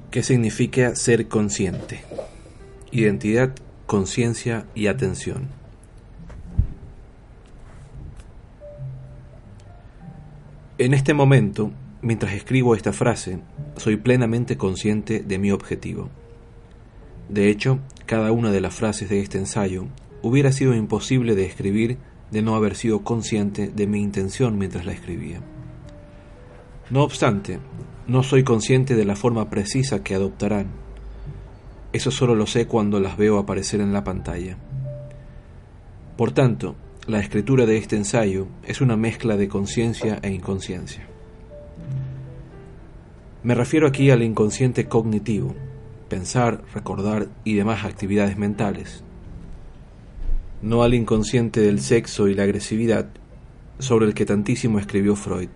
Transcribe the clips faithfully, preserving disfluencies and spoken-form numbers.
¿Qué significa ser consciente? Identidad, conciencia y atención. En este momento, mientras escribo esta frase, soy plenamente consciente de mi objetivo. De hecho, cada una de las frases de este ensayo hubiera sido imposible de escribir de no haber sido consciente de mi intención mientras la escribía. No obstante, no soy consciente de la forma precisa que adoptarán. Eso solo lo sé cuando las veo aparecer en la pantalla. Por tanto, la escritura de este ensayo es una mezcla de conciencia e inconsciencia. Me refiero aquí al inconsciente cognitivo, pensar, recordar y demás actividades mentales, no al inconsciente del sexo y la agresividad, sobre el que tantísimo escribió Freud.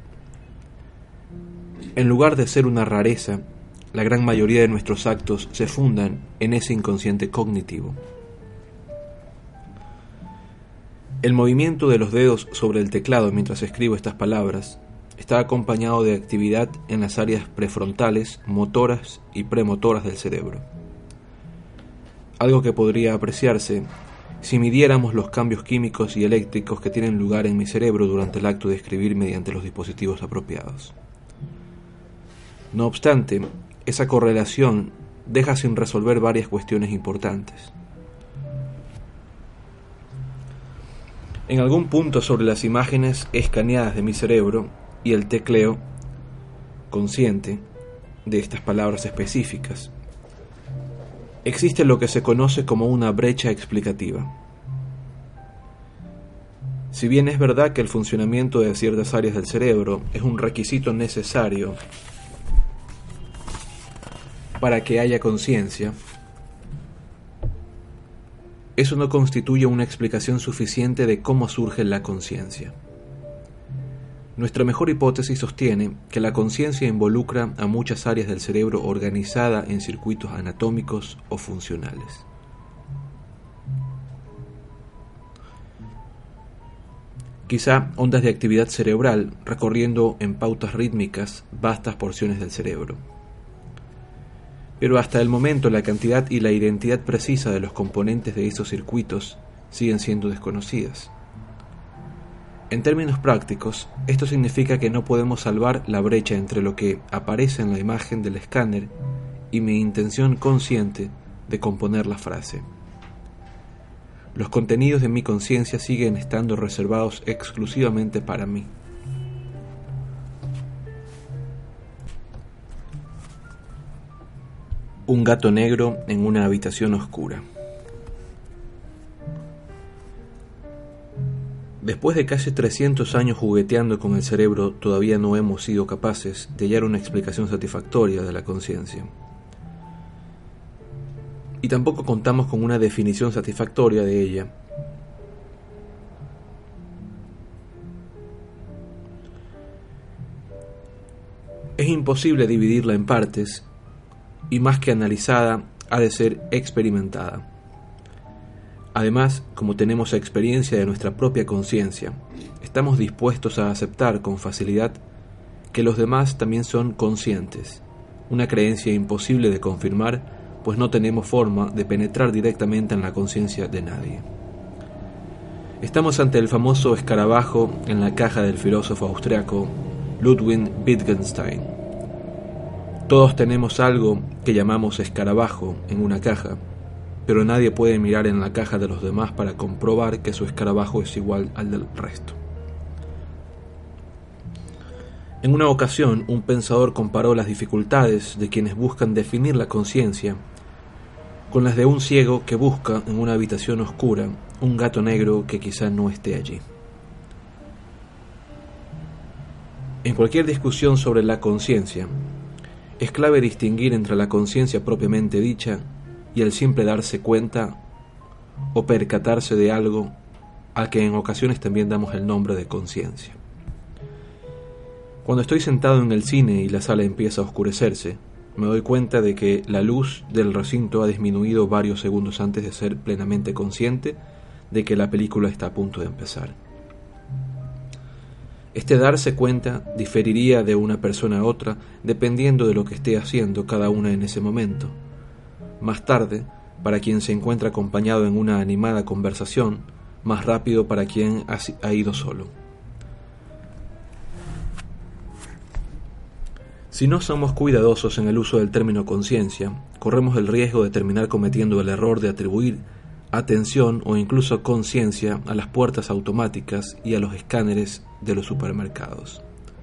En lugar de ser una rareza, la gran mayoría de nuestros actos se fundan en ese inconsciente cognitivo. El movimiento de los dedos sobre el teclado mientras escribo estas palabras está acompañado de actividad en las áreas prefrontales, motoras y premotoras del cerebro. Algo que podría apreciarse si midiéramos los cambios químicos y eléctricos que tienen lugar en mi cerebro durante el acto de escribir mediante los dispositivos apropiados. No obstante, esa correlación deja sin resolver varias cuestiones importantes. En algún punto sobre las imágenes escaneadas de mi cerebro y el tecleo consciente de estas palabras específicas, existe lo que se conoce como una brecha explicativa. Si bien es verdad que el funcionamiento de ciertas áreas del cerebro es un requisito necesario para que haya conciencia, eso no constituye una explicación suficiente de cómo surge la conciencia. Nuestra mejor hipótesis sostiene que la conciencia involucra a muchas áreas del cerebro organizada en circuitos anatómicos o funcionales. Quizá ondas de actividad cerebral recorriendo en pautas rítmicas vastas porciones del cerebro. Pero hasta el momento la cantidad y la identidad precisa de los componentes de esos circuitos siguen siendo desconocidas. En términos prácticos, esto significa que no podemos salvar la brecha entre lo que aparece en la imagen del escáner y mi intención consciente de componer la frase. Los contenidos de mi conciencia siguen estando reservados exclusivamente para mí. Un gato negro en una habitación oscura. Después de casi trescientos años jugueteando con el cerebro, todavía no hemos sido capaces de hallar una explicación satisfactoria de la conciencia. Y tampoco contamos con una definición satisfactoria de ella. Es imposible dividirla en partes, y más que analizada, ha de ser experimentada. Además, como tenemos experiencia de nuestra propia conciencia, estamos dispuestos a aceptar con facilidad que los demás también son conscientes, una creencia imposible de confirmar, pues no tenemos forma de penetrar directamente en la conciencia de nadie. Estamos ante el famoso escarabajo en la caja del filósofo austriaco Ludwig Wittgenstein. Todos tenemos algo que llamamos escarabajo en una caja, pero nadie puede mirar en la caja de los demás para comprobar que su escarabajo es igual al del resto. En una ocasión, un pensador comparó las dificultades de quienes buscan definir la conciencia con las de un ciego que busca en una habitación oscura un gato negro que quizá no esté allí. En cualquier discusión sobre la conciencia, es clave distinguir entre la conciencia propiamente dicha y el simple darse cuenta o percatarse de algo al que en ocasiones también damos el nombre de conciencia. Cuando estoy sentado en el cine y la sala empieza a oscurecerse, me doy cuenta de que la luz del recinto ha disminuido varios segundos antes de ser plenamente consciente de que la película está a punto de empezar. Este darse cuenta diferiría de una persona a otra dependiendo de lo que esté haciendo cada una en ese momento. Más tarde, para quien se encuentra acompañado en una animada conversación, más rápido para quien ha ido solo. Si no somos cuidadosos en el uso del término conciencia, corremos el riesgo de terminar cometiendo el error de atribuir atención o incluso conciencia a las puertas automáticas y a los escáneres de los supermercados.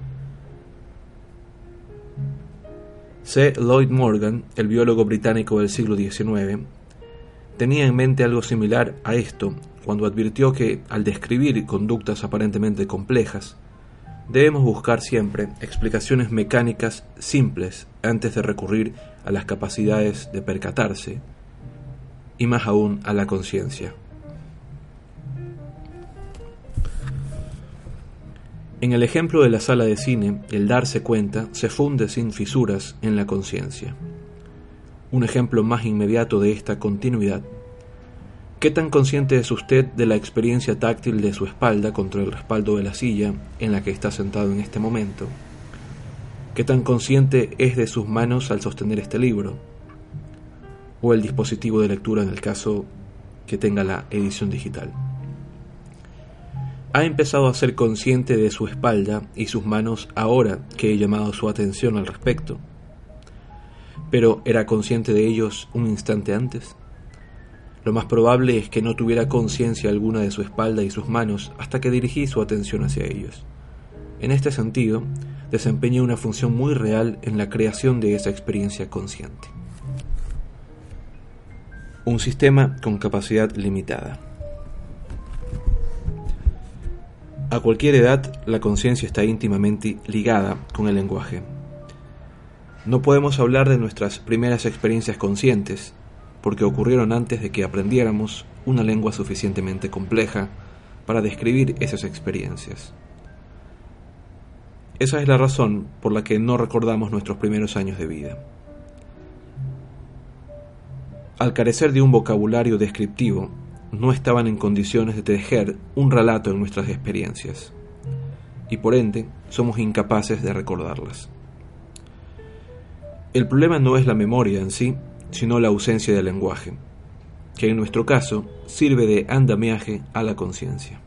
C. Lloyd Morgan, el biólogo británico del siglo diecinueve, tenía en mente algo similar a esto cuando advirtió que, al describir conductas aparentemente complejas, debemos buscar siempre explicaciones mecánicas simples antes de recurrir a las capacidades de percatarse, y más aún a la conciencia. En el ejemplo de la sala de cine, el darse cuenta se funde sin fisuras en la conciencia. Un ejemplo más inmediato de esta continuidad: ¿qué tan consciente es usted de la experiencia táctil de su espalda contra el respaldo de la silla en la que está sentado en este momento? ¿Qué tan consciente es de sus manos al sostener este libro? O el dispositivo de lectura en el caso que tenga la edición digital. ¿Ha empezado a ser consciente de su espalda y sus manos ahora que he llamado su atención al respecto? ¿Pero era consciente de ellos un instante antes? Lo más probable es que no tuviera conciencia alguna de su espalda y sus manos hasta que dirigí su atención hacia ellos. En este sentido, desempeñé una función muy real en la creación de esa experiencia consciente. Un sistema con capacidad limitada. A cualquier edad, la conciencia está íntimamente ligada con el lenguaje. No podemos hablar de nuestras primeras experiencias conscientes, porque ocurrieron antes de que aprendiéramos una lengua suficientemente compleja para describir esas experiencias. Esa es la razón por la que no recordamos nuestros primeros años de vida. Al carecer de un vocabulario descriptivo, no estaban en condiciones de tejer un relato en nuestras experiencias, y por ende somos incapaces de recordarlas. El problema no es la memoria en sí, sino la ausencia de lenguaje, que en nuestro caso sirve de andamiaje a la conciencia.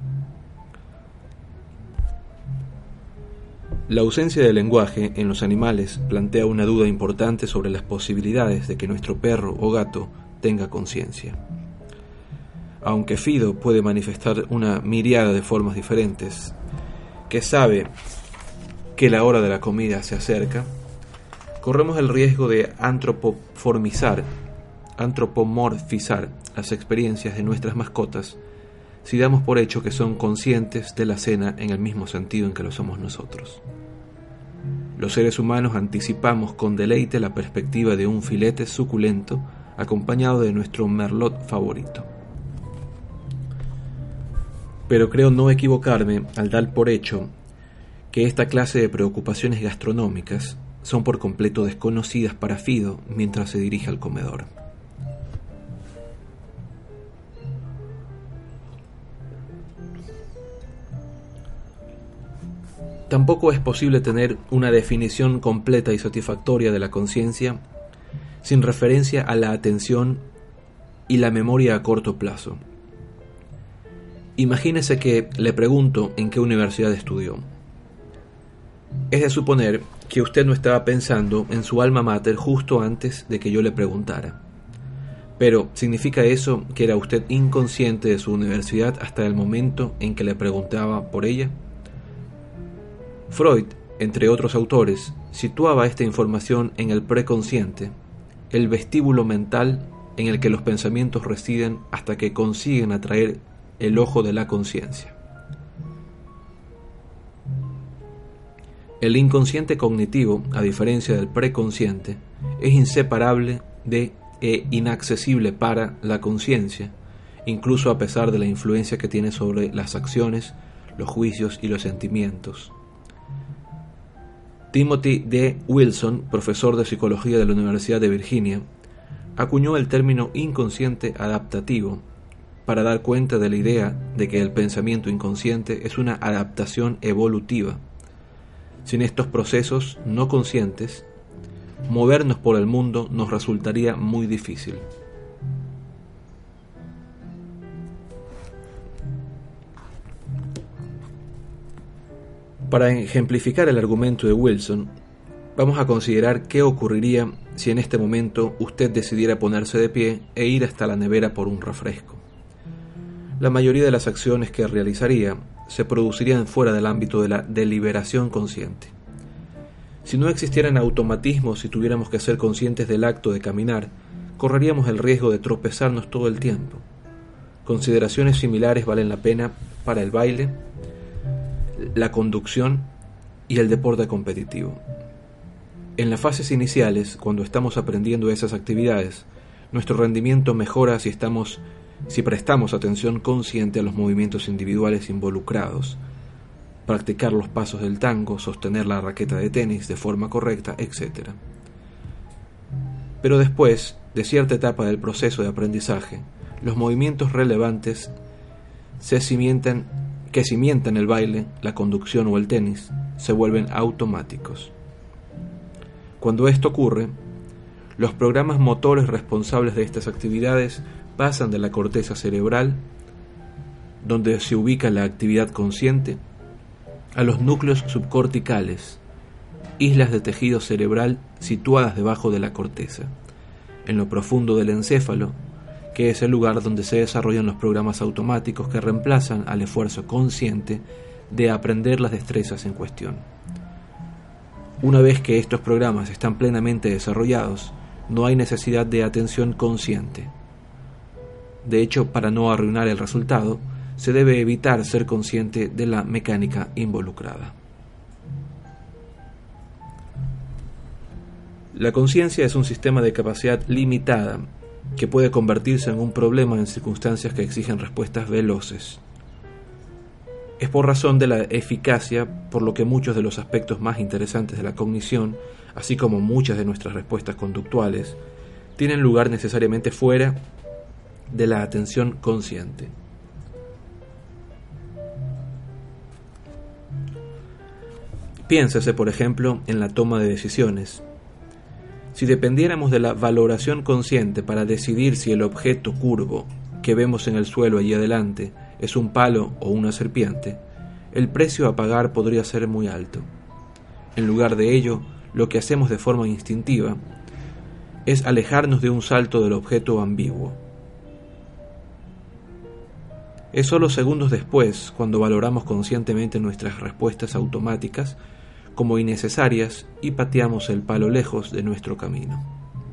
La ausencia de lenguaje en los animales plantea una duda importante sobre las posibilidades de que nuestro perro o gato tenga conciencia. Aunque Fido puede manifestar una miríada de formas diferentes, que sabe que la hora de la comida se acerca, corremos el riesgo de antropoformizar, antropomorfizar las experiencias de nuestras mascotas si damos por hecho que son conscientes de la cena en el mismo sentido en que lo somos nosotros. Los seres humanos anticipamos con deleite la perspectiva de un filete suculento acompañado de nuestro merlot favorito. Pero creo no equivocarme al dar por hecho que esta clase de preocupaciones gastronómicas son por completo desconocidas para Fido mientras se dirige al comedor. Tampoco es posible tener una definición completa y satisfactoria de la conciencia sin referencia a la atención y la memoria a corto plazo. Imagínese que le pregunto en qué universidad estudió. Es de suponer que usted no estaba pensando en su alma mater justo antes de que yo le preguntara. Pero, ¿significa eso que era usted inconsciente de su universidad hasta el momento en que le preguntaba por ella? Freud, entre otros autores, situaba esta información en el preconsciente, el vestíbulo mental en el que los pensamientos residen hasta que consiguen atraer el ojo de la conciencia. El inconsciente cognitivo, a diferencia del preconsciente, es inseparable de e inaccesible para la conciencia, incluso a pesar de la influencia que tiene sobre las acciones, los juicios y los sentimientos. Timothy D. Wilson, profesor de psicología de la Universidad de Virginia, acuñó el término inconsciente adaptativo para dar cuenta de la idea de que el pensamiento inconsciente es una adaptación evolutiva. Sin estos procesos no conscientes, movernos por el mundo nos resultaría muy difícil. Para ejemplificar el argumento de Wilson, vamos a considerar qué ocurriría si en este momento usted decidiera ponerse de pie e ir hasta la nevera por un refresco. La mayoría de las acciones que realizaría se producirían fuera del ámbito de la deliberación consciente. Si no existieran automatismos y tuviéramos que ser conscientes del acto de caminar, correríamos el riesgo de tropezarnos todo el tiempo. Consideraciones similares valen la pena para el baile, la conducción y el deporte competitivo. En las fases iniciales, cuando estamos aprendiendo esas actividades, nuestro rendimiento mejora si estamos, si prestamos atención consciente a los movimientos individuales involucrados, practicar los pasos del tango, sostener la raqueta de tenis de forma correcta, etcétera. Pero después de cierta etapa del proceso de aprendizaje, los movimientos relevantes se cimientan, que cimientan el baile, la conducción o el tenis, se vuelven automáticos. Cuando esto ocurre, los programas motores responsables de estas actividades pasan de la corteza cerebral, donde se ubica la actividad consciente, a los núcleos subcorticales, islas de tejido cerebral situadas debajo de la corteza, en lo profundo del encéfalo, que es el lugar donde se desarrollan los programas automáticos que reemplazan al esfuerzo consciente de aprender las destrezas en cuestión. Una vez que estos programas están plenamente desarrollados, no hay necesidad de atención consciente. De hecho, para no arruinar el resultado, se debe evitar ser consciente de la mecánica involucrada. La conciencia es un sistema de capacidad limitada que puede convertirse en un problema en circunstancias que exigen respuestas veloces. Es por razón de la eficacia por lo que muchos de los aspectos más interesantes de la cognición, así como muchas de nuestras respuestas conductuales, tienen lugar necesariamente fuera de la atención consciente. Piénsese, por ejemplo, en la toma de decisiones. Si dependiéramos de la valoración consciente para decidir si el objeto curvo que vemos en el suelo allí adelante es un palo o una serpiente, el precio a pagar podría ser muy alto. En lugar de ello, lo que hacemos de forma instintiva es alejarnos de un salto del objeto ambiguo. Es solo segundos después, cuando valoramos conscientemente nuestras respuestas automáticas como innecesarias y pateamos el palo lejos de nuestro camino.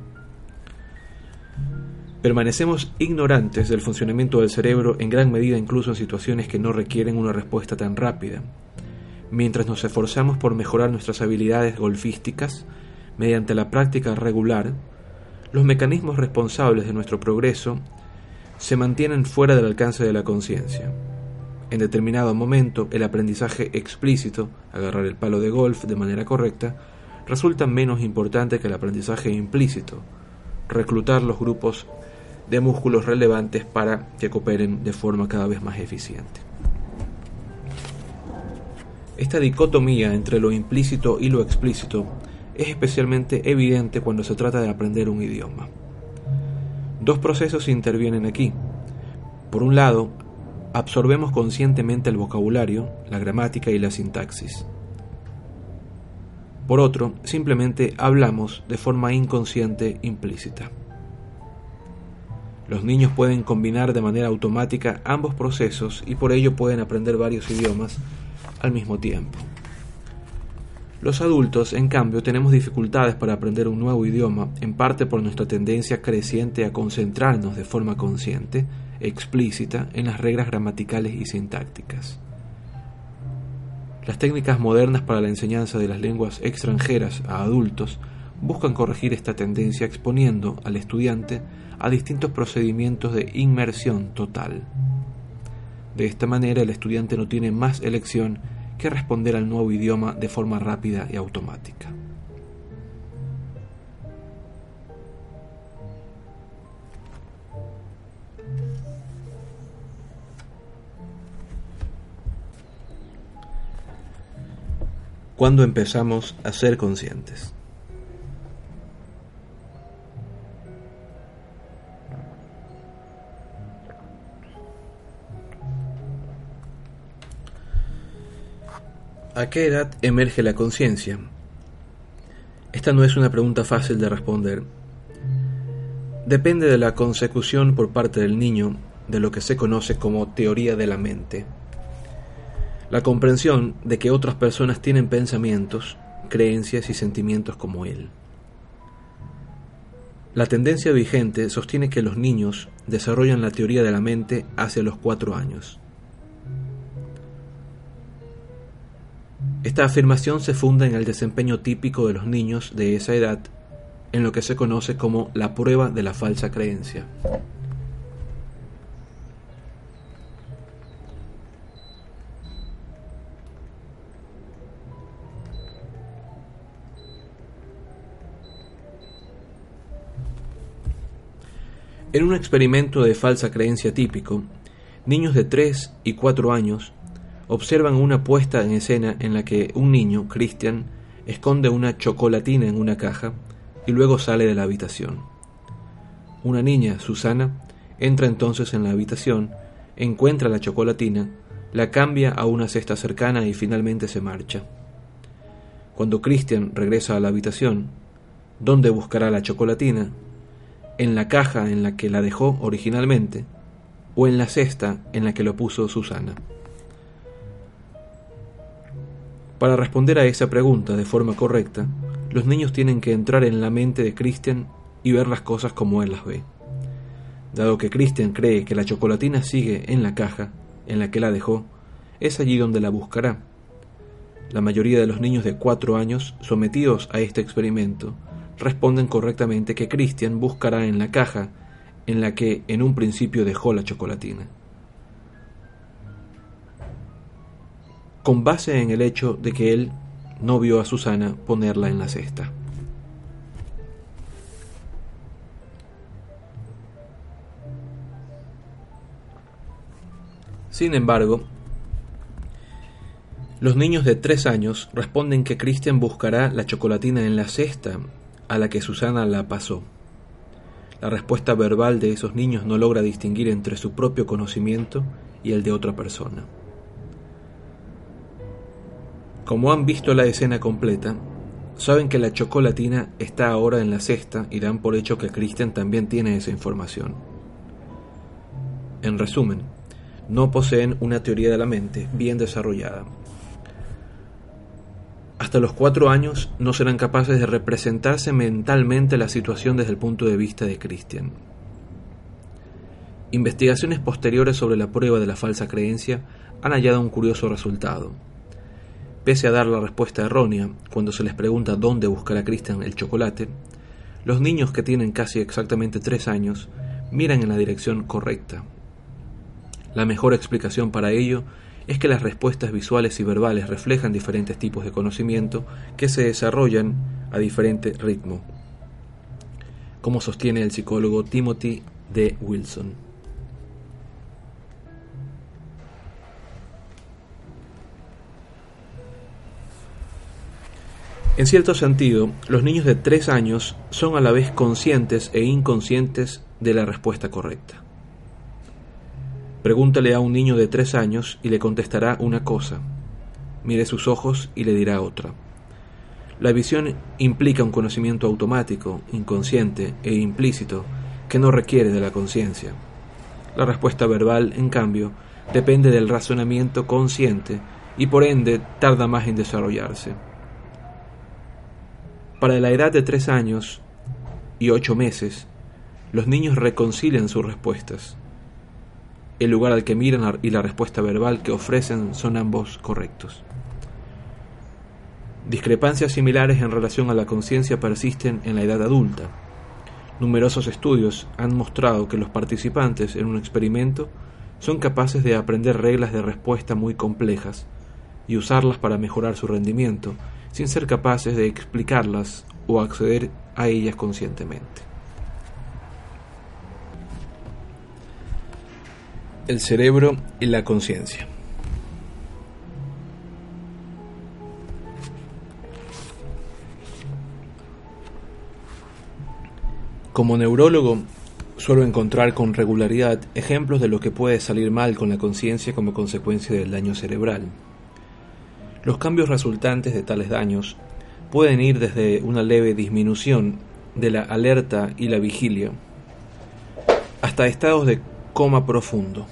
Permanecemos ignorantes del funcionamiento del cerebro en gran medida incluso en situaciones que no requieren una respuesta tan rápida. Mientras nos esforzamos por mejorar nuestras habilidades golfísticas mediante la práctica regular, los mecanismos responsables de nuestro progreso se mantienen fuera del alcance de la conciencia. En determinado momento, el aprendizaje explícito, agarrar el palo de golf de manera correcta, resulta menos importante que el aprendizaje implícito, reclutar los grupos de músculos relevantes para que cooperen de forma cada vez más eficiente. Esta dicotomía entre lo implícito y lo explícito es especialmente evidente cuando se trata de aprender un idioma. Dos procesos intervienen aquí. Por un lado, absorbemos conscientemente el vocabulario, la gramática y la sintaxis. Por otro, simplemente hablamos de forma inconsciente implícita. Los niños pueden combinar de manera automática ambos procesos y por ello pueden aprender varios idiomas al mismo tiempo. Los adultos, en cambio, tenemos dificultades para aprender un nuevo idioma, en parte por nuestra tendencia creciente a concentrarnos de forma consciente, explícita, en las reglas gramaticales y sintácticas. Las técnicas modernas para la enseñanza de las lenguas extranjeras a adultos buscan corregir esta tendencia exponiendo al estudiante a distintos procedimientos de inmersión total. De esta manera, el estudiante no tiene más elección que responder al nuevo idioma de forma rápida y automática. cuando empezamos a ser conscientes. ¿A qué edad emerge la conciencia? Esta no es una pregunta fácil de responder. Depende de la consecución por parte del niño de lo que se conoce como teoría de la mente. La comprensión de que otras personas tienen pensamientos, creencias y sentimientos como él. La tendencia vigente sostiene que los niños desarrollan la teoría de la mente hacia los cuatro años. Esta afirmación se funda en el desempeño típico de los niños de esa edad, en lo que se conoce como la prueba de la falsa creencia. En un experimento de falsa creencia típico, niños de tres y cuatro años observan una puesta en escena en la que un niño, Christian, esconde una chocolatina en una caja y luego sale de la habitación. Una niña, Susana, entra entonces en la habitación, encuentra la chocolatina, la cambia a una cesta cercana y finalmente se marcha. Cuando Christian regresa a la habitación, ¿dónde buscará la chocolatina? ¿En la caja en la que la dejó originalmente o en la cesta en la que lo puso Susana? Para responder a esa pregunta de forma correcta, los niños tienen que entrar en la mente de Christian y ver las cosas como él las ve. Dado que Christian cree que la chocolatina sigue en la caja en la que la dejó, es allí donde la buscará. La mayoría de los niños de cuatro años sometidos a este experimento responden correctamente que Christian buscará en la caja en la que en un principio dejó la chocolatina, con base en el hecho de que él no vio a Susana ponerla en la cesta. Sin embargo, los niños de tres años responden que Christian buscará la chocolatina en la cesta a la que Susana la pasó. La respuesta verbal de esos niños no logra distinguir entre su propio conocimiento y el de otra persona. Como han visto la escena completa, saben que la chocolatina está ahora en la cesta y dan por hecho que Christian también tiene esa información. En resumen, no poseen una teoría de la mente bien desarrollada. Hasta los cuatro años no serán capaces de representarse mentalmente la situación desde el punto de vista de Christian. Investigaciones posteriores sobre la prueba de la falsa creencia han hallado un curioso resultado. Pese a dar la respuesta errónea cuando se les pregunta dónde buscará Christian el chocolate, los niños que tienen casi exactamente tres años miran en la dirección correcta. La mejor explicación para ello es que las respuestas visuales y verbales reflejan diferentes tipos de conocimiento que se desarrollan a diferente ritmo, como sostiene el psicólogo Timothy D. Wilson. En cierto sentido, los niños de tres años son a la vez conscientes e inconscientes de la respuesta correcta. Pregúntale a un niño de tres años y le contestará una cosa. Mire sus ojos y le dirá otra. La visión implica un conocimiento automático, inconsciente e implícito que no requiere de la conciencia. La respuesta verbal, en cambio, depende del razonamiento consciente y por ende tarda más en desarrollarse. Para la edad de tres años y ocho meses, los niños reconcilian sus respuestas. El lugar al que miran y la respuesta verbal que ofrecen son ambos correctos. Discrepancias similares en relación a la conciencia persisten en la edad adulta. Numerosos estudios han mostrado que los participantes en un experimento son capaces de aprender reglas de respuesta muy complejas y usarlas para mejorar su rendimiento, sin ser capaces de explicarlas o acceder a ellas conscientemente. El cerebro y la conciencia. Como neurólogo, suelo encontrar con regularidad ejemplos de lo que puede salir mal con la conciencia como consecuencia del daño cerebral. Los cambios resultantes de tales daños pueden ir desde una leve disminución de la alerta y la vigilia hasta estados de coma profundo.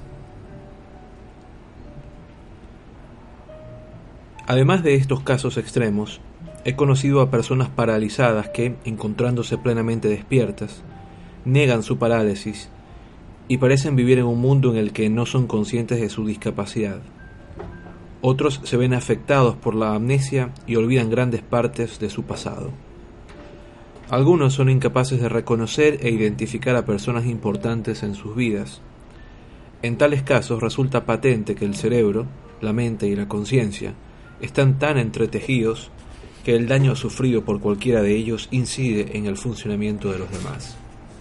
Además de estos casos extremos, he conocido a personas paralizadas que, encontrándose plenamente despiertas, niegan su parálisis y parecen vivir en un mundo en el que no son conscientes de su discapacidad. Otros se ven afectados por la amnesia y olvidan grandes partes de su pasado. Algunos son incapaces de reconocer e identificar a personas importantes en sus vidas. En tales casos resulta patente que el cerebro, la mente y la conciencia están tan entretejidos que el daño sufrido por cualquiera de ellos incide en el funcionamiento de los demás.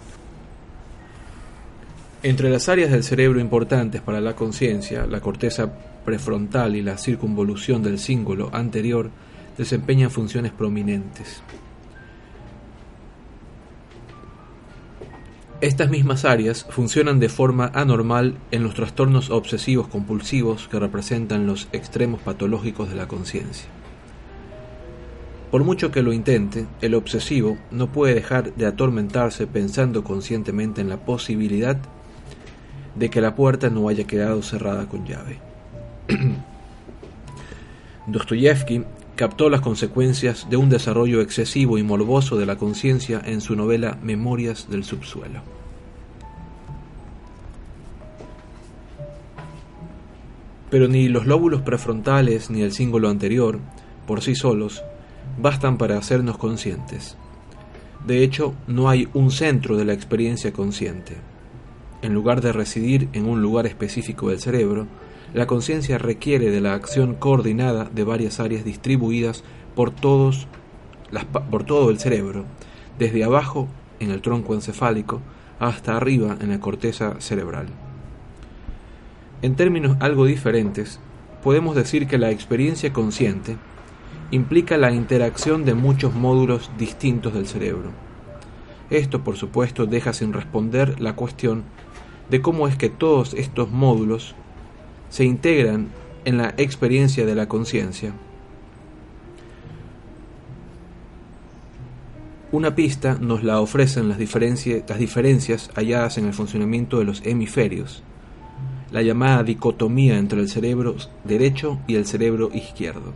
Entre las áreas del cerebro importantes para la conciencia, la corteza prefrontal y la circunvolución del cíngulo anterior desempeñan funciones prominentes. Estas mismas áreas funcionan de forma anormal en los trastornos obsesivos compulsivos que representan los extremos patológicos de la conciencia. Por mucho que lo intente, el obsesivo no puede dejar de atormentarse pensando conscientemente en la posibilidad de que la puerta no haya quedado cerrada con llave. Dostoyevsky captó las consecuencias de un desarrollo excesivo y morboso de la conciencia en su novela Memorias del subsuelo. Pero ni los lóbulos prefrontales ni el cíngulo anterior, por sí solos, bastan para hacernos conscientes. De hecho, no hay un centro de la experiencia consciente. En lugar de residir en un lugar específico del cerebro, la conciencia requiere de la acción coordinada de varias áreas distribuidas por, todos las, por todo el cerebro, desde abajo en el tronco encefálico hasta arriba en la corteza cerebral. En términos algo diferentes, podemos decir que la experiencia consciente implica la interacción de muchos módulos distintos del cerebro. Esto, por supuesto, deja sin responder la cuestión de cómo es que todos estos módulos se integran en la experiencia de la conciencia. Una pista nos la ofrecen las, diferencia, las diferencias halladas en el funcionamiento de los hemisferios, la llamada dicotomía entre el cerebro derecho y el cerebro izquierdo.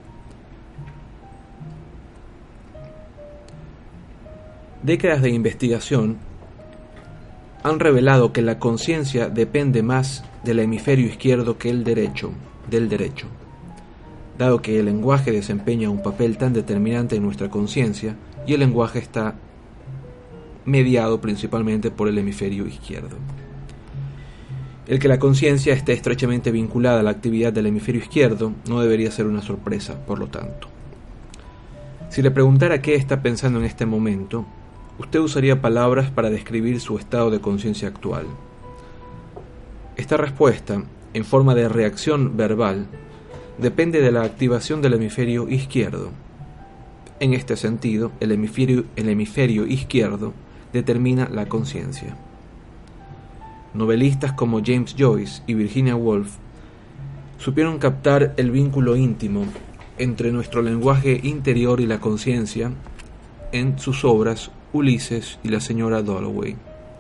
Décadas de investigación han revelado que la conciencia depende más del hemisferio izquierdo que el derecho, del derecho. Dado que el lenguaje desempeña un papel tan determinante en nuestra conciencia y el lenguaje está mediado principalmente por el hemisferio izquierdo. El que la conciencia esté estrechamente vinculada a la actividad del hemisferio izquierdo no debería ser una sorpresa, por lo tanto. Si le preguntara qué está pensando en este momento, usted usaría palabras para describir su estado de conciencia actual. Esta respuesta, en forma de reacción verbal, depende de la activación del hemisferio izquierdo. En este sentido, el hemisferio, el hemisferio izquierdo determina la conciencia. Novelistas como James Joyce y Virginia Woolf supieron captar el vínculo íntimo entre nuestro lenguaje interior y la conciencia en sus obras Ulises y la señora Dalloway.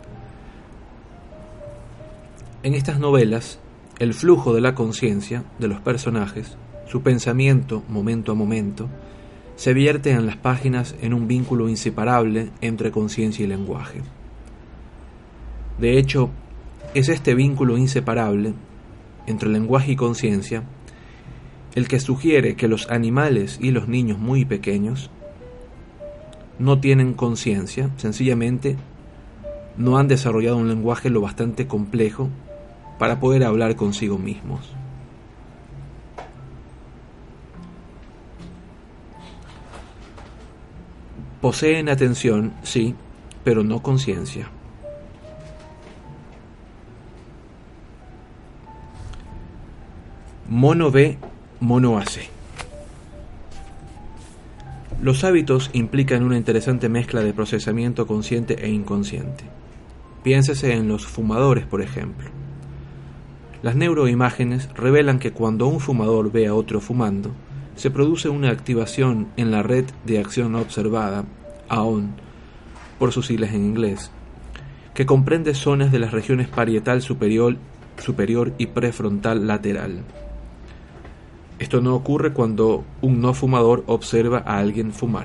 En estas novelas, el flujo de la conciencia de los personajes, su pensamiento momento a momento, se vierte en las páginas en un vínculo inseparable entre conciencia y lenguaje. De hecho, es este vínculo inseparable entre lenguaje y conciencia el que sugiere que los animales y los niños muy pequeños no tienen conciencia, sencillamente no han desarrollado un lenguaje lo bastante complejo para poder hablar consigo mismos. Poseen atención, sí, pero no conciencia. Mono ve, mono hace. Los hábitos implican una interesante mezcla de procesamiento consciente e inconsciente. Piénsese en los fumadores, por ejemplo. Las neuroimágenes revelan que cuando un fumador ve a otro fumando, se produce una activación en la red de acción observada, A O N, por sus siglas en inglés, que comprende zonas de las regiones parietal superior, superior y prefrontal lateral. Esto no ocurre cuando un no fumador observa a alguien fumar.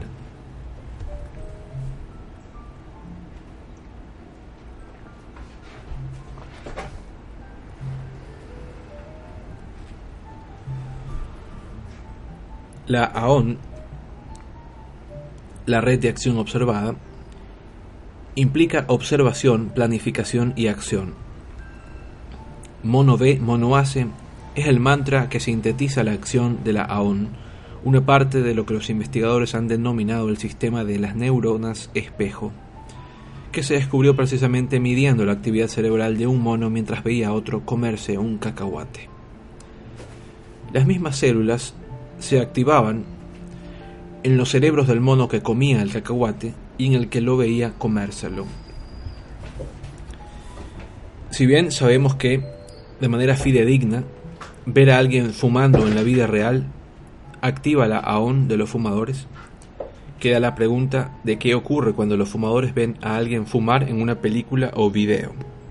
La A O N, la red de acción observada, implica observación, planificación y acción. Mono ve, mono hace es el mantra que sintetiza la acción de la A O N, una parte de lo que los investigadores han denominado el sistema de las neuronas espejo, que se descubrió precisamente midiendo la actividad cerebral de un mono mientras veía a otro comerse un cacahuate. Las mismas células se activaban en los cerebros del mono que comía el cacahuate y en el que lo veía comérselo. Si bien sabemos que, de manera fidedigna, ver a alguien fumando en la vida real activa la A O N de los fumadores, queda la pregunta de qué ocurre cuando los fumadores ven a alguien fumar en una película o video.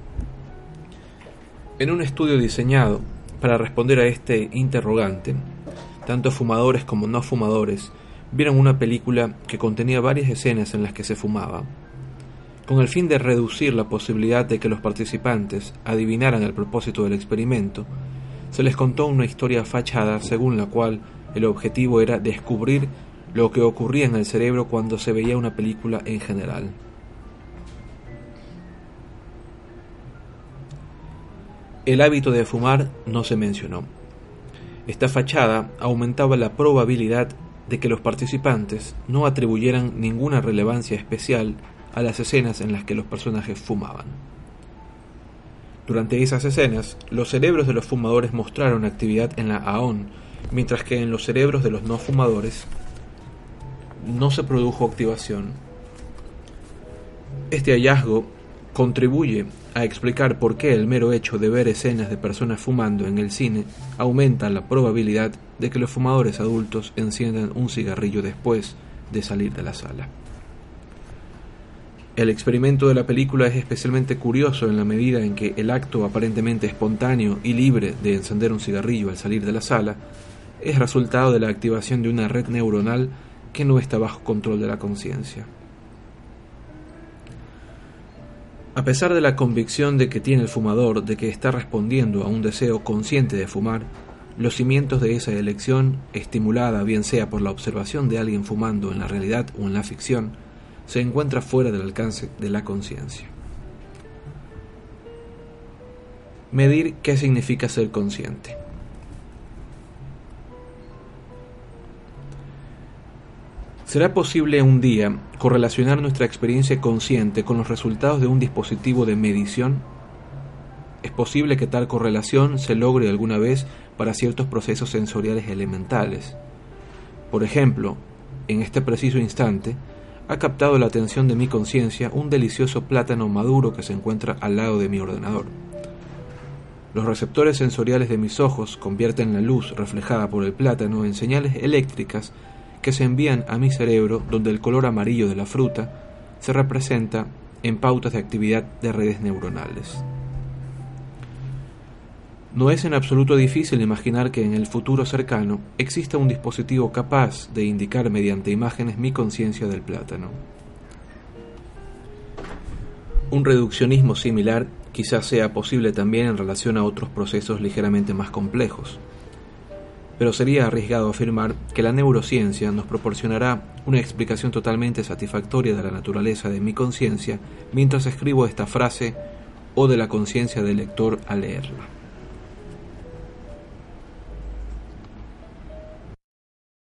En un estudio diseñado para responder a este interrogante, tanto fumadores como no fumadores vieron una película que contenía varias escenas en las que se fumaba. Con el fin de reducir la posibilidad de que los participantes adivinaran el propósito del experimento, se les contó una historia fachada según la cual el objetivo era descubrir lo que ocurría en el cerebro cuando se veía una película en general. El hábito de fumar no se mencionó. Esta fachada aumentaba la probabilidad de que los participantes no atribuyeran ninguna relevancia especial a las escenas en las que los personajes fumaban. Durante esas escenas, los cerebros de los fumadores mostraron actividad en la A O N, mientras que en los cerebros de los no fumadores no se produjo activación. Este hallazgo contribuye a explicar por qué el mero hecho de ver escenas de personas fumando en el cine aumenta la probabilidad de que los fumadores adultos enciendan un cigarrillo después de salir de la sala. El experimento de la película es especialmente curioso en la medida en que el acto aparentemente espontáneo y libre de encender un cigarrillo al salir de la sala es resultado de la activación de una red neuronal que no está bajo control de la conciencia. A pesar de la convicción de que tiene el fumador de que está respondiendo a un deseo consciente de fumar, los cimientos de esa elección, estimulada bien sea por la observación de alguien fumando en la realidad o en la ficción, se encuentra fuera del alcance de la conciencia. Medir qué significa ser consciente. ¿Será posible un día correlacionar nuestra experiencia consciente con los resultados de un dispositivo de medición? Es posible que tal correlación se logre alguna vez para ciertos procesos sensoriales elementales. Por ejemplo, en este preciso instante, ha captado la atención de mi conciencia un delicioso plátano maduro que se encuentra al lado de mi ordenador. Los receptores sensoriales de mis ojos convierten la luz reflejada por el plátano en señales eléctricas que se envían a mi cerebro, donde el color amarillo de la fruta se representa en pautas de actividad de redes neuronales. No es en absoluto difícil imaginar que en el futuro cercano exista un dispositivo capaz de indicar mediante imágenes mi conciencia del plátano. Un reduccionismo similar quizás sea posible también en relación a otros procesos ligeramente más complejos, pero sería arriesgado afirmar que la neurociencia nos proporcionará una explicación totalmente satisfactoria de la naturaleza de mi conciencia mientras escribo esta frase o de la conciencia del lector al leerla.